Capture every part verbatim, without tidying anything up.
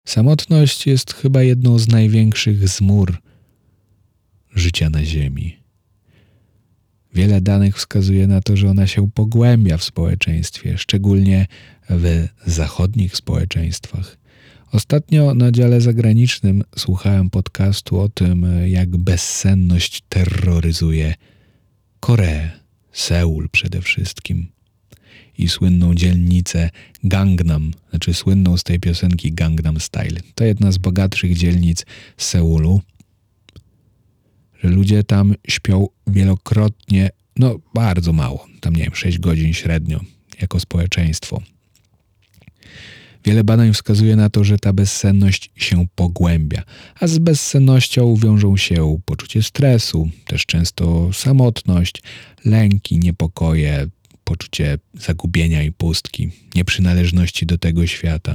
Samotność jest chyba jedną z największych zmór życia na Ziemi. Wiele danych wskazuje na to, że ona się pogłębia w społeczeństwie, szczególnie w zachodnich społeczeństwach. Ostatnio na dziale zagranicznym słuchałem podcastu o tym, jak bezsenność terroryzuje Koreę, Seul przede wszystkim i słynną dzielnicę Gangnam, znaczy słynną z tej piosenki Gangnam Style. To jedna z bogatszych dzielnic Seulu, że ludzie tam śpią wielokrotnie, no bardzo mało, tam nie wiem, sześć godzin średnio jako społeczeństwo. Wiele badań wskazuje na to, że ta bezsenność się pogłębia, a z bezsennością wiążą się poczucie stresu, też często samotność, lęki, niepokoje, poczucie zagubienia i pustki, nieprzynależności do tego świata.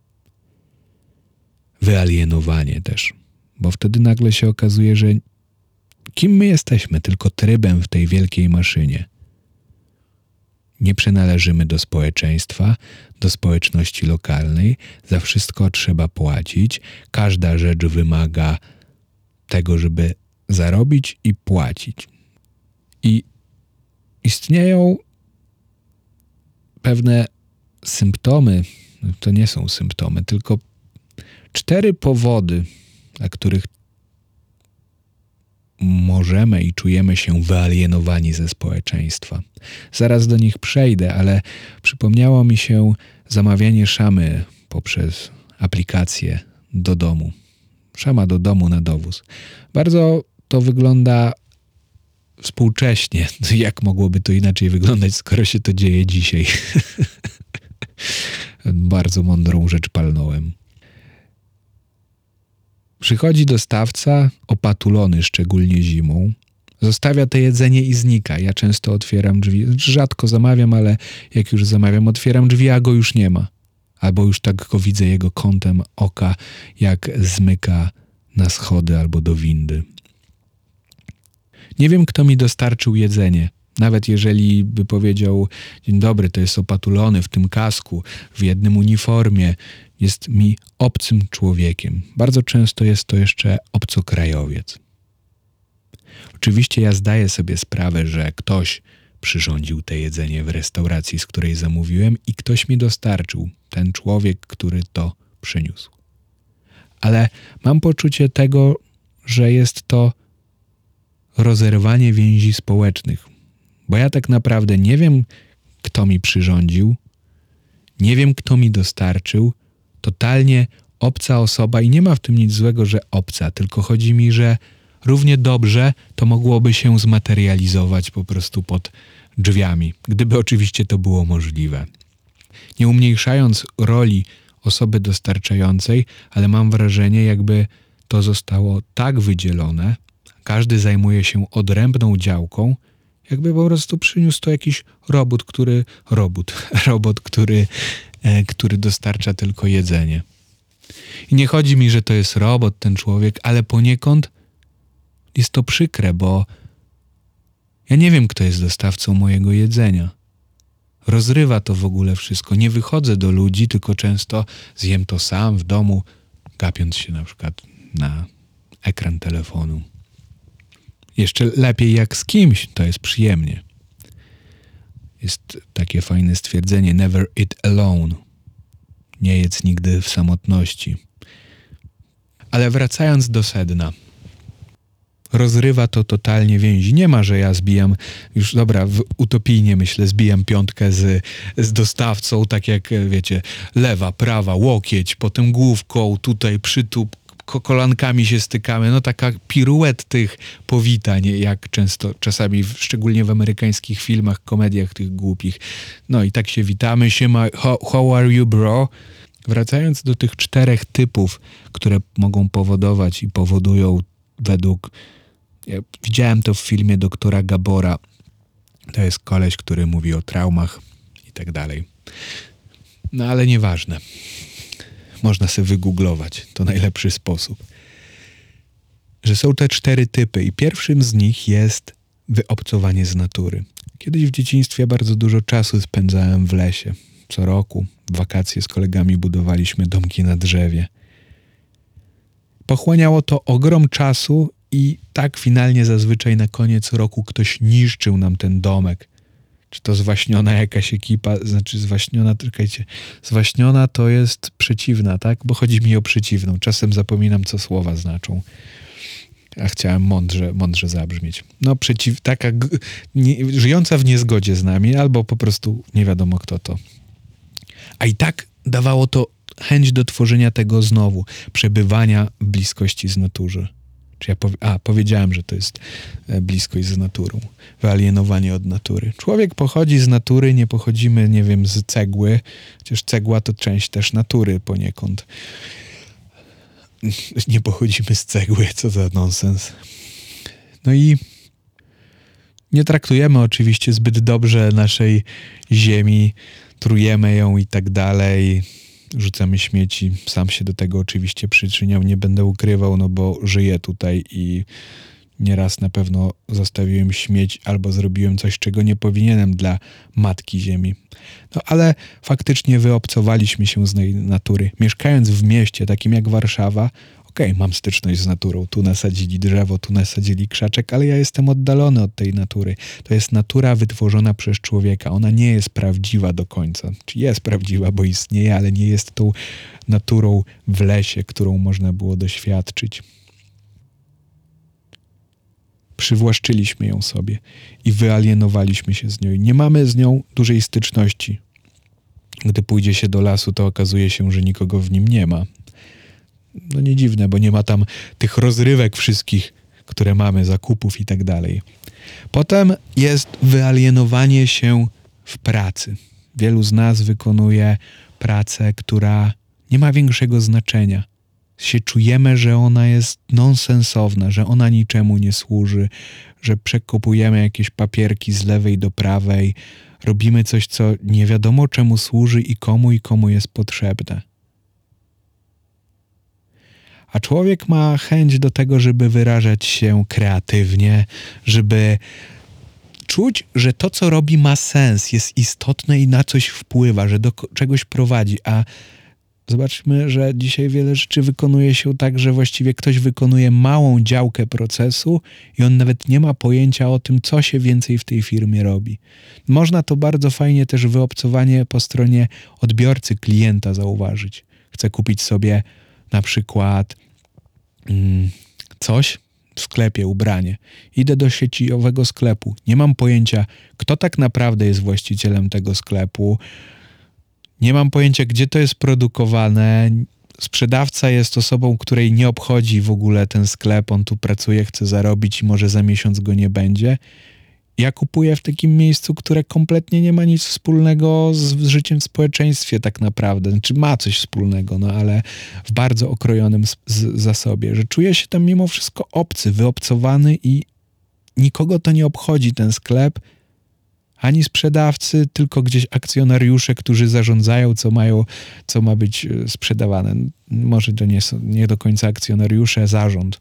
Wyalienowanie też, bo wtedy nagle się okazuje, że kim my jesteśmy? Tylko trybem w tej wielkiej maszynie. Nie przynależymy do społeczeństwa, do społeczności lokalnej. Za wszystko trzeba płacić. Każda rzecz wymaga tego, żeby zarobić i płacić. I istnieją pewne symptomy, to nie są symptomy, tylko cztery powody, dla których możemy i czujemy się wyalienowani ze społeczeństwa. Zaraz do nich przejdę, ale przypomniało mi się zamawianie szamy poprzez aplikację do domu. Szama do domu na dowóz. Bardzo to wygląda współcześnie. Jak mogłoby to inaczej wyglądać, skoro się to dzieje dzisiaj? Bardzo mądrą rzecz palnąłem. Przychodzi dostawca, opatulony szczególnie zimą, zostawia to jedzenie i znika. Ja często otwieram drzwi, rzadko zamawiam, ale jak już zamawiam, otwieram drzwi, a go już nie ma. Albo już tak go widzę jego kątem oka, jak zmyka na schody albo do windy. Nie wiem, kto mi dostarczył jedzenie. Nawet jeżeli by powiedział, dzień dobry, to jest opatulony w tym kasku, w jednym uniformie, jest mi obcym człowiekiem. Bardzo często jest to jeszcze obcokrajowiec. Oczywiście ja zdaję sobie sprawę, że ktoś przyrządził te jedzenie w restauracji, z której zamówiłem i ktoś mi dostarczył, ten człowiek, który to przyniósł. Ale mam poczucie tego, że jest to rozerwanie więzi społecznych. Bo ja tak naprawdę nie wiem, kto mi przyrządził, nie wiem, kto mi dostarczył, totalnie obca osoba i nie ma w tym nic złego, że obca, tylko chodzi mi, że równie dobrze to mogłoby się zmaterializować po prostu pod drzwiami, gdyby oczywiście to było możliwe. Nie umniejszając roli osoby dostarczającej, ale mam wrażenie, jakby to zostało tak wydzielone, każdy zajmuje się odrębną działką, jakby po prostu przyniósł to jakiś robot, który, robot, robot, który, e, który dostarcza tylko jedzenie. I nie chodzi mi, że to jest robot, ten człowiek, ale poniekąd jest to przykre, bo ja nie wiem, kto jest dostawcą mojego jedzenia. Rozrywa to w ogóle wszystko. Nie wychodzę do ludzi, tylko często zjem to sam w domu, gapiąc się na przykład na ekran telefonu. Jeszcze lepiej jak z kimś, to jest przyjemnie. Jest takie fajne stwierdzenie, never eat alone. Nie jedz nigdy w samotności. Ale wracając do sedna. Rozrywa to totalnie więzi. Nie ma, że ja zbijam, już dobra, w, utopijnie myślę, zbijam piątkę z, z dostawcą, tak jak wiecie, lewa, prawa, łokieć, potem główką, tutaj przytup, kolankami się stykamy, no taka piruet tych powitań, jak często, czasami, szczególnie w amerykańskich filmach, komediach tych głupich. No i tak się witamy, siema, how, how are you bro? Wracając do tych czterech typów, które mogą powodować i powodują według, ja widziałem to w filmie doktora Gabora, to jest koleś, który mówi o traumach i tak dalej. No ale nieważne. Można sobie wygooglować, to najlepszy sposób. Że są te cztery typy i pierwszym z nich jest wyobcowanie z natury. Kiedyś w dzieciństwie bardzo dużo czasu spędzałem w lesie. Co roku w wakacje z kolegami budowaliśmy domki na drzewie. Pochłaniało to ogrom czasu i tak finalnie zazwyczaj na koniec roku ktoś niszczył nam ten domek. Czy to zwaśniona jakaś ekipa, znaczy zwaśniona, czekajcie, zwaśniona to jest przeciwna, tak? Bo chodzi mi o przeciwną. Czasem zapominam, co słowa znaczą. A chciałem mądrze, mądrze zabrzmieć. No przeciw, taka g- nie, żyjąca w niezgodzie z nami, albo po prostu nie wiadomo kto to. A i tak dawało to chęć do tworzenia tego znowu, przebywania w bliskości z naturą. Czy ja powie- A, powiedziałem, że to jest bliskość z naturą, wyalienowanie od natury. Człowiek pochodzi z natury, nie pochodzimy, nie wiem, z cegły, chociaż cegła to część też natury poniekąd. Nie pochodzimy z cegły, co za nonsens. No i nie traktujemy oczywiście zbyt dobrze naszej ziemi, trujemy ją i tak dalej, rzucamy śmieci. Sam się do tego oczywiście przyczyniam, nie będę ukrywał, no bo żyję tutaj i nieraz na pewno zostawiłem śmieć albo zrobiłem coś, czego nie powinienem dla matki ziemi. No ale faktycznie wyobcowaliśmy się z tej natury. Mieszkając w mieście takim jak Warszawa, okej, okay, mam styczność z naturą, tu nasadzili drzewo, tu nasadzili krzaczek, ale ja jestem oddalony od tej natury. To jest natura wytworzona przez człowieka. Ona nie jest prawdziwa do końca. Czy jest prawdziwa, bo istnieje, ale nie jest tą naturą w lesie, którą można było doświadczyć. Przywłaszczyliśmy ją sobie i wyalienowaliśmy się z nią. Nie mamy z nią dużej styczności. Gdy pójdzie się do lasu, to okazuje się, że nikogo w nim nie ma. No nie dziwne, bo nie ma tam tych rozrywek wszystkich, które mamy, zakupów i tak dalej. Potem jest wyalienowanie się w pracy. Wielu z nas wykonuje pracę, która nie ma większego znaczenia. Się czujemy, że ona jest nonsensowna, że ona niczemu nie służy, że przekopujemy jakieś papierki z lewej do prawej, robimy coś, co nie wiadomo czemu służy i komu i komu jest potrzebne. A człowiek ma chęć do tego, żeby wyrażać się kreatywnie, żeby czuć, że to, co robi, ma sens, jest istotne i na coś wpływa, że do czegoś prowadzi. A zobaczmy, że dzisiaj wiele rzeczy wykonuje się tak, że właściwie ktoś wykonuje małą działkę procesu i on nawet nie ma pojęcia o tym, co się więcej w tej firmie robi. Można to bardzo fajnie też wyobcowanie po stronie odbiorcy, klienta zauważyć. Chce kupić sobie na przykład mm, coś w sklepie, ubranie. Idę do sieciowego sklepu. Nie mam pojęcia, kto tak naprawdę jest właścicielem tego sklepu. Nie mam pojęcia, gdzie to jest produkowane. Sprzedawca jest osobą, której nie obchodzi w ogóle ten sklep. On tu pracuje, chce zarobić i może za miesiąc go nie będzie. Ja kupuję w takim miejscu, które kompletnie nie ma nic wspólnego z, z życiem w społeczeństwie tak naprawdę. Znaczy ma coś wspólnego, no ale w bardzo okrojonym z, z, zasobie. Że czuję się tam mimo wszystko obcy, wyobcowany i nikogo to nie obchodzi ten sklep. Ani sprzedawcy, tylko gdzieś akcjonariusze, którzy zarządzają, co mają, co ma być sprzedawane. Może to nie są nie do końca akcjonariusze, zarząd.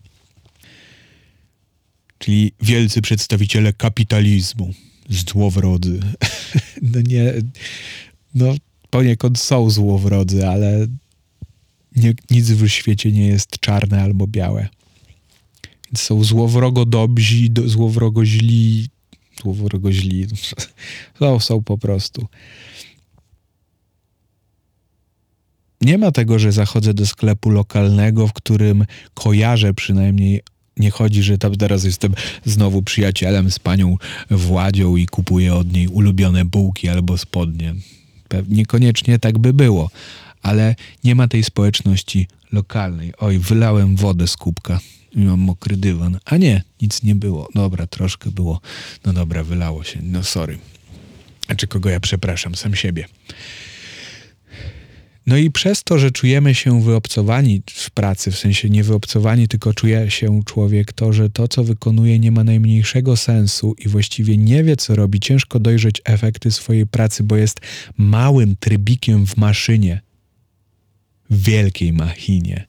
Czyli wielcy przedstawiciele kapitalizmu, złowrodzy. No nie, no poniekąd są złowrodzy, ale nie, nic w świecie nie jest czarne albo białe. Więc są złowrogo dobrzy, do, złowrogo źli, złowrogo źli. No, są po prostu. Nie ma tego, że zachodzę do sklepu lokalnego, w którym kojarzę przynajmniej. Nie chodzi, że tam teraz jestem znowu przyjacielem z panią Władzią i kupuję od niej ulubione bułki albo spodnie. Niekoniecznie tak by było, ale nie ma tej społeczności lokalnej. Oj, wylałem wodę z kubka i mam mokry dywan. A nie, nic nie było. Dobra, troszkę było. No dobra, wylało się. No sorry. A czy kogo ja przepraszam? Sam siebie. No i przez to, że czujemy się wyobcowani w pracy, w sensie nie wyobcowani, tylko czuje się człowiek to, że to, co wykonuje, nie ma najmniejszego sensu i właściwie nie wie, co robi, ciężko dojrzeć efekty swojej pracy, bo jest małym trybikiem w maszynie, w wielkiej machinie.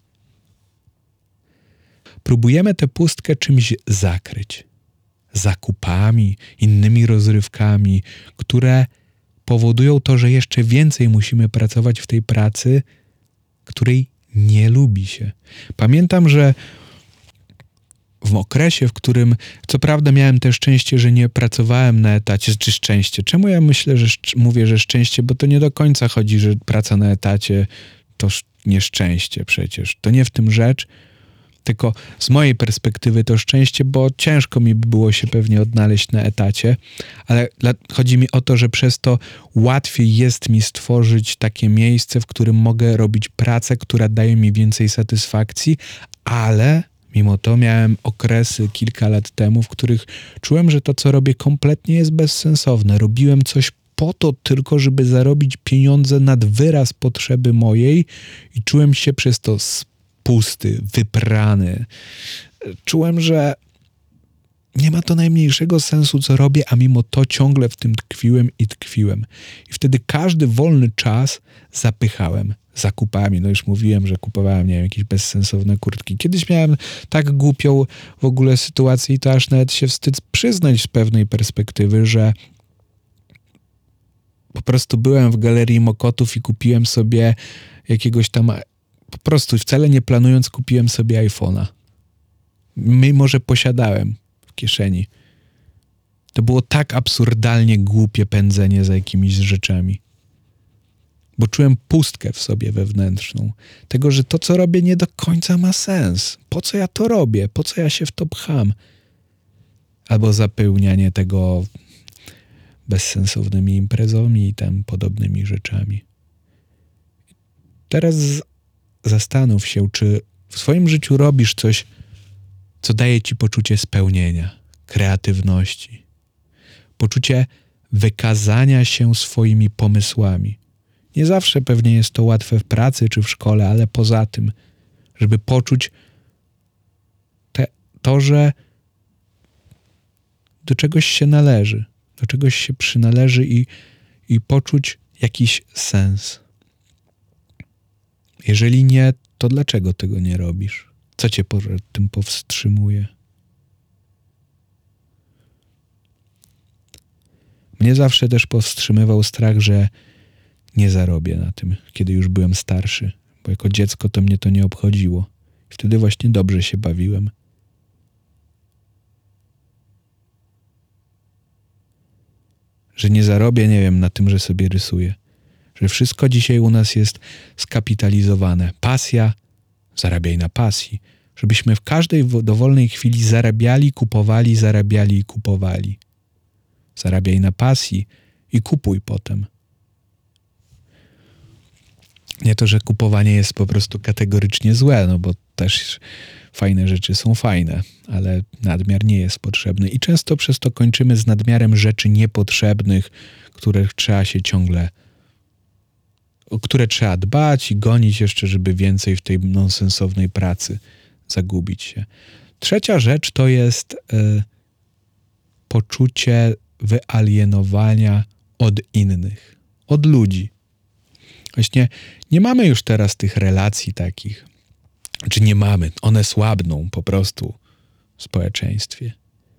Próbujemy tę pustkę czymś zakryć. Zakupami, innymi rozrywkami, które powodują to, że jeszcze więcej musimy pracować w tej pracy, której Nie lubi się. Pamiętam, że w okresie, w którym, co prawda miałem też szczęście, że nie pracowałem na etacie, czy szczęście. Czemu ja myślę, że szcz- mówię, że szczęście? Bo to nie do końca chodzi, że praca na etacie to sz- nieszczęście przecież. To nie w tym rzecz, tylko z mojej perspektywy to szczęście, bo ciężko mi by było się pewnie odnaleźć na etacie, ale dla, chodzi mi o to, że przez to łatwiej jest mi stworzyć takie miejsce, w którym mogę robić pracę, która daje mi więcej satysfakcji, ale mimo to miałem okresy kilka lat temu, w których czułem, że to, co robię, kompletnie jest bezsensowne. Robiłem coś po to tylko, żeby zarobić pieniądze nad wyraz potrzeby mojej i czułem się przez to pusty, wyprany. Czułem, że nie ma to najmniejszego sensu, co robię, a mimo to ciągle w tym tkwiłem i tkwiłem. I wtedy każdy wolny czas zapychałem zakupami. No już mówiłem, że kupowałem, nie wiem, jakieś bezsensowne kurtki. Kiedyś miałem tak głupią w ogóle sytuację i to aż nawet się wstyd przyznać z pewnej perspektywy, że po prostu byłem w Galerii Mokotów i kupiłem sobie jakiegoś tam, po prostu wcale nie planując, kupiłem sobie iPhone'a. Mimo że posiadałem w kieszeni. To było tak absurdalnie głupie pędzenie za jakimiś rzeczami. Bo czułem pustkę w sobie wewnętrzną. Tego, że to, co robię, nie do końca ma sens. Po co ja to robię? Po co ja się w to pcham? Albo zapełnianie tego bezsensownymi imprezami i tam podobnymi rzeczami. Teraz zastanów się, czy w swoim życiu robisz coś, co daje ci poczucie spełnienia, kreatywności, poczucie wykazania się swoimi pomysłami. Nie zawsze pewnie jest to łatwe w pracy czy w szkole, ale poza tym, żeby poczuć te, to, że do czegoś się należy, do czegoś się przynależy i, i poczuć jakiś sens. Jeżeli nie, to dlaczego tego nie robisz? Co cię po tym powstrzymuje? Mnie zawsze też powstrzymywał strach, że nie zarobię na tym, kiedy już byłem starszy, bo jako dziecko to mnie to nie obchodziło. Wtedy właśnie dobrze się bawiłem. Że nie zarobię, nie wiem, na tym, że sobie rysuję. Że wszystko dzisiaj u nas jest skapitalizowane. Pasja, zarabiaj na pasji. Żebyśmy w każdej dowolnej chwili zarabiali, kupowali, zarabiali i kupowali. Zarabiaj na pasji i kupuj potem. Nie to, że kupowanie jest po prostu kategorycznie złe, no bo też fajne rzeczy są fajne, ale nadmiar nie jest potrzebny. I często przez to kończymy z nadmiarem rzeczy niepotrzebnych, których trzeba się ciągle, o które trzeba dbać i gonić jeszcze, żeby więcej w tej nonsensownej pracy zagubić się. Trzecia rzecz to jest y, poczucie wyalienowania od innych, od ludzi. Właśnie nie mamy już teraz tych relacji takich, czy nie mamy, one słabną po prostu w społeczeństwie.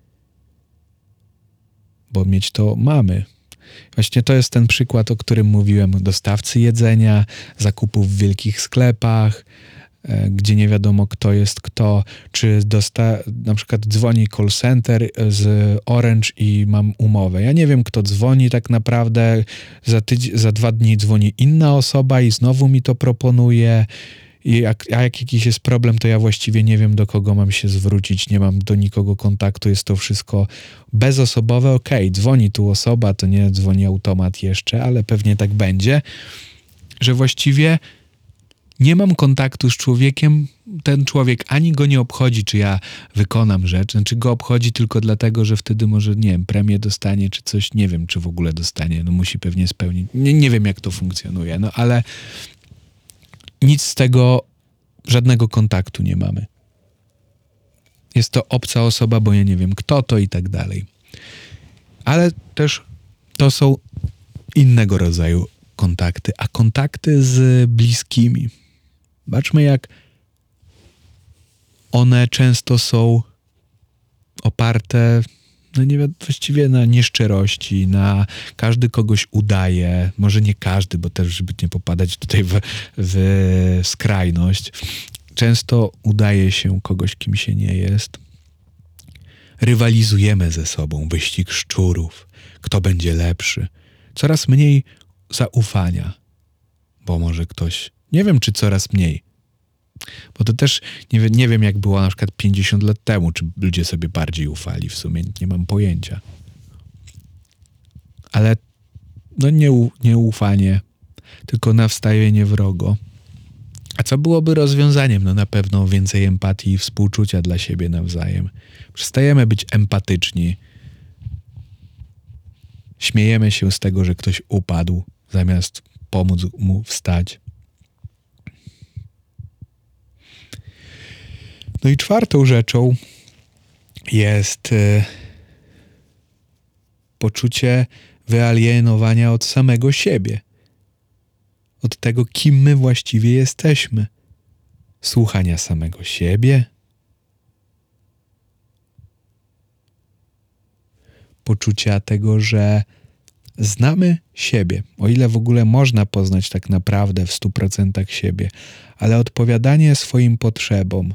Bo mieć to mamy. Właśnie to jest ten przykład, o którym mówiłem, dostawcy jedzenia, zakupów w wielkich sklepach, gdzie nie wiadomo kto jest kto, czy dosta- na przykład dzwoni call center z Orange i mam umowę. Ja nie wiem, kto dzwoni tak naprawdę, za, tydzień, za dwa dni dzwoni inna osoba i znowu mi to proponuje. I jak, a jak jakiś jest problem, to ja właściwie nie wiem, do kogo mam się zwrócić, nie mam do nikogo kontaktu, jest to wszystko bezosobowe. Okej, okay, dzwoni tu osoba, to nie dzwoni automat jeszcze, ale pewnie tak będzie, że właściwie nie mam kontaktu z człowiekiem, ten człowiek ani go nie obchodzi, czy ja wykonam rzecz, znaczy go obchodzi tylko dlatego, że wtedy może, nie wiem, premię dostanie, czy coś, nie wiem, czy w ogóle dostanie, no musi pewnie spełnić, nie, nie wiem jak to funkcjonuje, no ale nic z tego, żadnego kontaktu nie mamy. Jest to obca osoba, bo ja nie wiem kto to i tak dalej. Ale też to są innego rodzaju kontakty, a kontakty z bliskimi. Zobaczmy, jak one często są oparte no nie wiem, właściwie na nieszczerości, na każdy kogoś udaje, może nie każdy, bo też żeby nie popadać tutaj w, w skrajność. Często udaje się kogoś, kim się nie jest. Rywalizujemy ze sobą, wyścig szczurów, kto będzie lepszy. Coraz mniej zaufania, bo może ktoś, nie wiem czy coraz mniej, bo to też nie, wie, nie wiem jak było na przykład pięćdziesiąt lat temu, czy ludzie sobie bardziej ufali, w sumie nie mam pojęcia. Ale no nie, nieufanie, tylko nawstawienie wrogo. A co byłoby rozwiązaniem? No na pewno więcej empatii i współczucia dla siebie nawzajem. Przestajemy być empatyczni. Śmiejemy się z tego, że ktoś upadł, zamiast pomóc mu wstać. No i czwartą rzeczą jest y, poczucie wyalienowania od samego siebie. Od tego, kim my właściwie jesteśmy. Słuchania samego siebie. Poczucia tego, że znamy siebie, o ile w ogóle można poznać tak naprawdę w stu procentach siebie, ale odpowiadanie swoim potrzebom.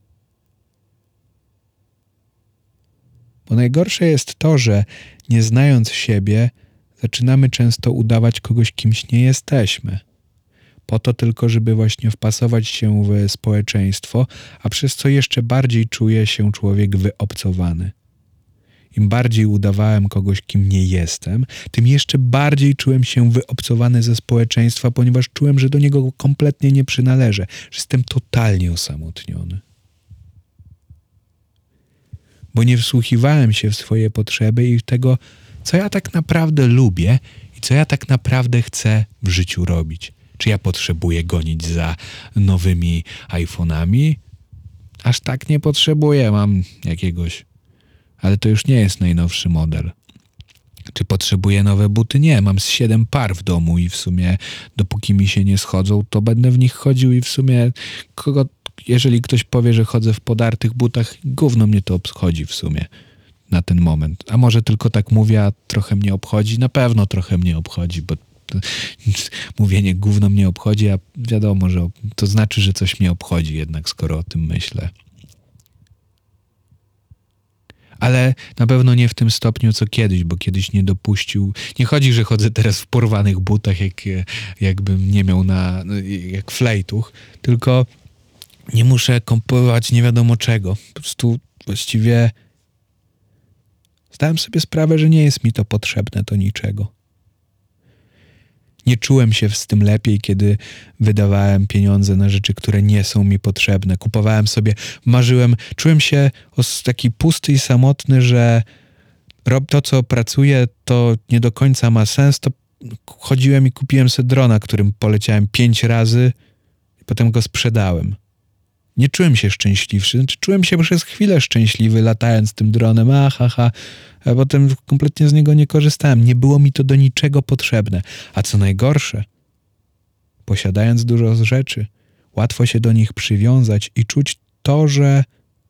Bo najgorsze jest to, że nie znając siebie, zaczynamy często udawać kogoś, kimś nie jesteśmy. Po to tylko, żeby właśnie wpasować się w społeczeństwo, a przez co jeszcze bardziej czuje się człowiek wyobcowany. Im bardziej udawałem kogoś, kim nie jestem, tym jeszcze bardziej czułem się wyobcowany ze społeczeństwa, ponieważ czułem, że do niego kompletnie nie przynależę, że jestem totalnie osamotniony. Bo nie wsłuchiwałem się w swoje potrzeby i w tego, co ja tak naprawdę lubię i co ja tak naprawdę chcę w życiu robić. Czy ja potrzebuję gonić za nowymi iPhone'ami? Aż tak nie potrzebuję, mam jakiegoś. Ale to już nie jest najnowszy model. Czy potrzebuję nowe buty? Nie, mam z siedem par w domu i w sumie dopóki mi się nie schodzą, to będę w nich chodził i w sumie kogo, jeżeli ktoś powie, że chodzę w podartych butach, gówno mnie to obchodzi w sumie na ten moment. A może tylko tak mówię, a trochę mnie obchodzi? Na pewno trochę mnie obchodzi, bo to, mówienie gówno mnie obchodzi, a wiadomo, że to znaczy, że coś mnie obchodzi jednak, skoro o tym myślę. Ale na pewno nie w tym stopniu, co kiedyś, bo kiedyś nie dopuścił... Nie chodzi, że chodzę teraz w porwanych butach, jak, jakbym nie miał na... jak flejtuch, tylko nie muszę kupować nie wiadomo czego. Po prostu właściwie zdałem sobie sprawę, że nie jest mi to potrzebne do niczego. Nie czułem się z tym lepiej, kiedy wydawałem pieniądze na rzeczy, które nie są mi potrzebne. Kupowałem sobie, marzyłem, czułem się taki pusty i samotny, że rob to, co pracuję, to nie do końca ma sens. To chodziłem i kupiłem sobie drona, którym poleciałem pięć razy i potem go sprzedałem. Nie czułem się szczęśliwszy. Znaczy, czułem się przez chwilę szczęśliwy, latając tym dronem, a ha, ha, a potem kompletnie z niego nie korzystałem. Nie było mi to do niczego potrzebne. A co najgorsze, posiadając dużo rzeczy, łatwo się do nich przywiązać i czuć to, że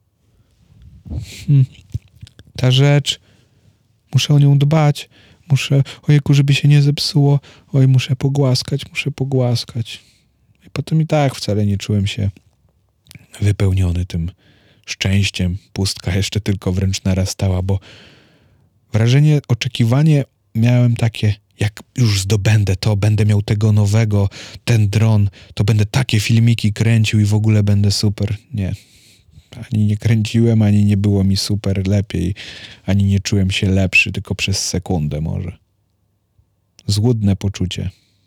hmm, ta rzecz, muszę o nią dbać, muszę, ojejku, żeby się nie zepsuło, oj, muszę pogłaskać, muszę pogłaskać. I potem i tak wcale nie czułem się wypełniony tym szczęściem. Pustka jeszcze tylko wręcz narastała, bo wrażenie, oczekiwanie miałem takie, jak już zdobędę to, będę miał tego nowego, ten dron, to będę takie filmiki kręcił i w ogóle będę super. Nie. Ani nie kręciłem, ani nie było mi super lepiej, ani nie czułem się lepszy, tylko przez sekundę może. Złudne poczucie.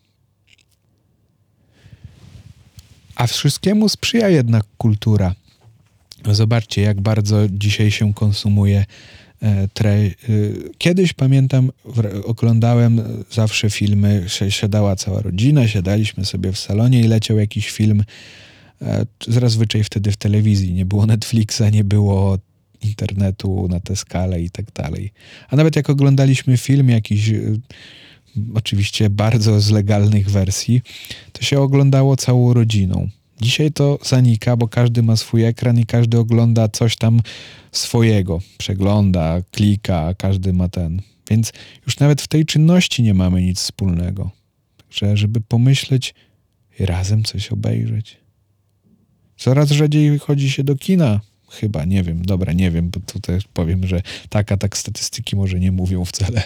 A wszystkiemu sprzyja jednak kultura. Zobaczcie, jak bardzo dzisiaj się konsumuje e, tre... E, kiedyś pamiętam, w, oglądałem zawsze filmy, siadała cała rodzina, siadaliśmy sobie w salonie i leciał jakiś film, e, zazwyczaj wtedy w telewizji, nie było Netflixa, nie było internetu na tę skalę i tak dalej. A nawet jak oglądaliśmy film jakiś, e, oczywiście bardzo z legalnych wersji, to się oglądało całą rodziną. Dzisiaj to zanika, bo każdy ma swój ekran i każdy ogląda coś tam swojego. Przegląda, klika, każdy ma ten. Więc już nawet w tej czynności nie mamy nic wspólnego. Także żeby pomyśleć i razem coś obejrzeć. Coraz rzadziej chodzi się do kina. Chyba, nie wiem, dobra, nie wiem, bo tutaj powiem, że tak, a tak statystyki może nie mówią wcale.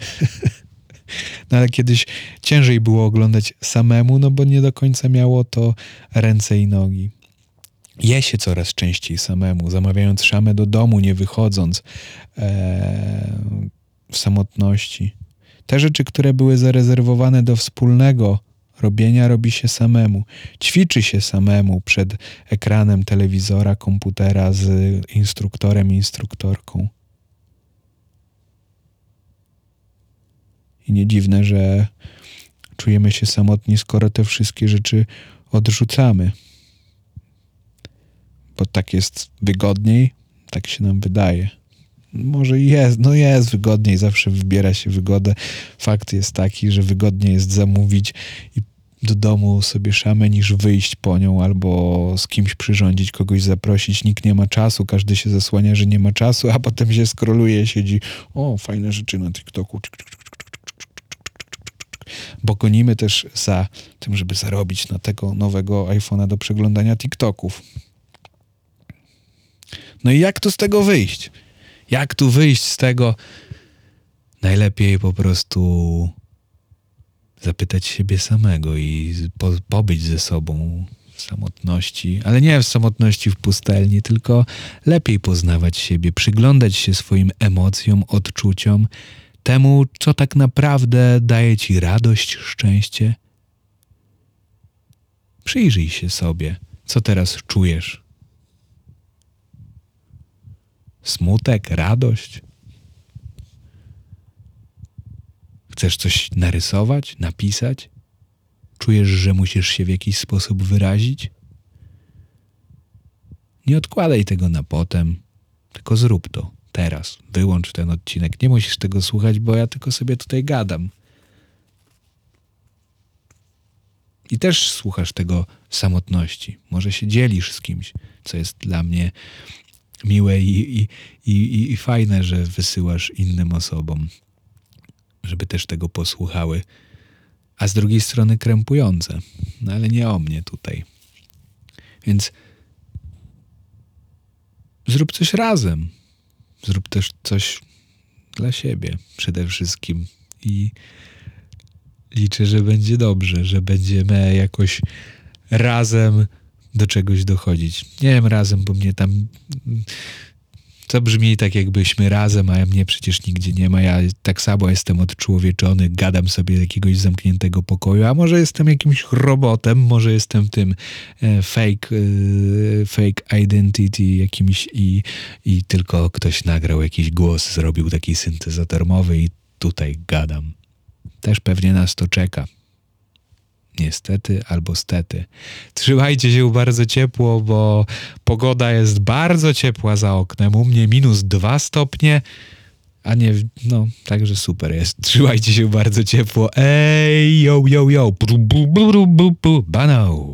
No ale kiedyś ciężej było oglądać samemu, no bo nie do końca miało to ręce i nogi. Je się coraz częściej samemu, zamawiając szamę do domu, nie wychodząc e, w samotności. Te rzeczy, które były zarezerwowane do wspólnego robienia, robi się samemu. Ćwiczy się samemu przed ekranem telewizora, komputera z instruktorem, instruktorką. I nie dziwne, że czujemy się samotni, skoro te wszystkie rzeczy odrzucamy. Bo tak jest wygodniej, tak się nam wydaje. Może jest, no jest wygodniej, zawsze wybiera się wygodę. Fakt jest taki, że wygodniej jest zamówić i do domu sobie szamę, niż wyjść po nią albo z kimś przyrządzić, kogoś zaprosić. Nikt nie ma czasu, każdy się zasłania, że nie ma czasu, a potem się skroluje, siedzi, o, fajne rzeczy na TikToku. Bo gonimy też za tym, żeby zarobić na tego nowego iPhone'a do przeglądania TikToków. No i jak tu z tego wyjść? Jak tu wyjść z tego? Najlepiej po prostu zapytać siebie samego i po, pobyć ze sobą w samotności, ale nie w samotności w pustelni, tylko lepiej poznawać siebie, przyglądać się swoim emocjom, odczuciom, temu, co tak naprawdę daje ci radość, szczęście. Przyjrzyj się sobie, co teraz czujesz. Smutek, radość? Chcesz coś narysować, napisać? Czujesz, że musisz się w jakiś sposób wyrazić? Nie odkładaj tego na potem, tylko zrób to teraz. Wyłącz ten odcinek. Nie musisz tego słuchać, bo ja tylko sobie tutaj gadam. I też słuchasz tego w samotności. Może się dzielisz z kimś, co jest dla mnie miłe i, i, i, i fajne, że wysyłasz innym osobom, żeby też tego posłuchały. A z drugiej strony krępujące. No ale nie o mnie tutaj. Więc zrób coś razem. Zrób też coś dla siebie przede wszystkim. I liczę, że będzie dobrze, że będziemy jakoś razem do czegoś dochodzić. Nie wiem, razem, bo mnie tam... To brzmi tak, jakbyśmy razem, a mnie przecież nigdzie nie ma. Ja tak samo jestem odczłowieczony, gadam sobie z jakiegoś zamkniętego pokoju, a może jestem jakimś robotem, może jestem tym e, fake, e, fake identity jakimś i, i tylko ktoś nagrał jakiś głos, zrobił taki syntezator mowy i tutaj gadam. Też pewnie nas to czeka. Niestety albo stety. Trzymajcie się bardzo ciepło, bo pogoda jest bardzo ciepła za oknem. U mnie minus dwa stopnie, a nie, no, także super jest. Trzymajcie się bardzo ciepło. Ej, yo, yo, yo. Banał.